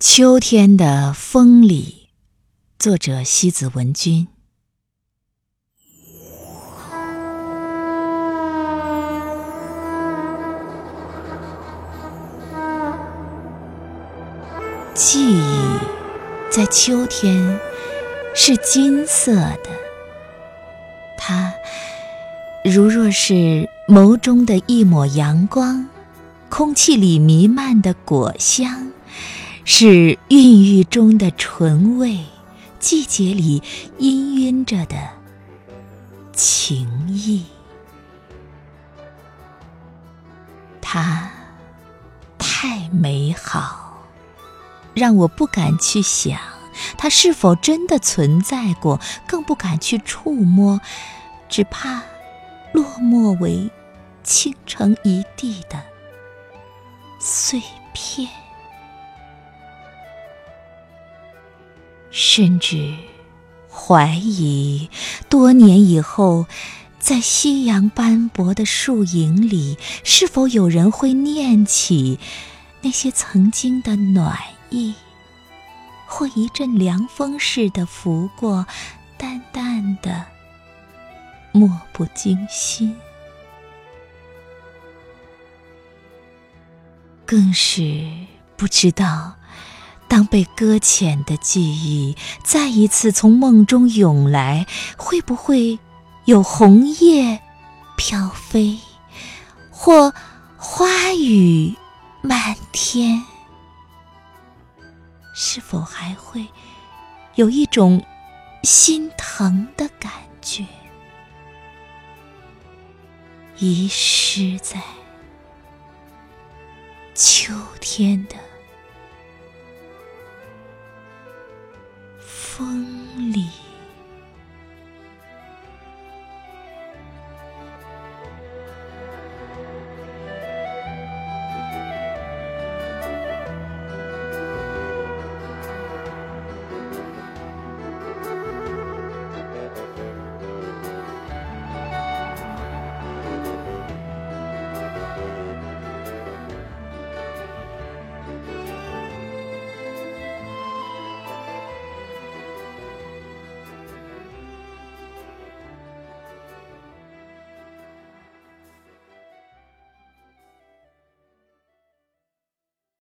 秋天的风里，作者西子文君。记忆在秋天是金色的，它如若是眸中的一抹阳光，空气里弥漫的果香，是孕育中的醇味，季节里氤氲着的情意。它太美好，让我不敢去想它是否真的存在过，更不敢去触摸，只怕落寞为倾成一地的碎片。甚至怀疑多年以后，在夕阳斑驳的树影里，是否有人会念起那些曾经的暖意，或一阵凉风似的拂过，淡淡的漠不经心。更是不知道，当被搁浅的记忆再一次从梦中涌来，会不会有红叶飘飞，或花雨漫天？是否还会有一种心疼的感觉，遗失在秋天的风里？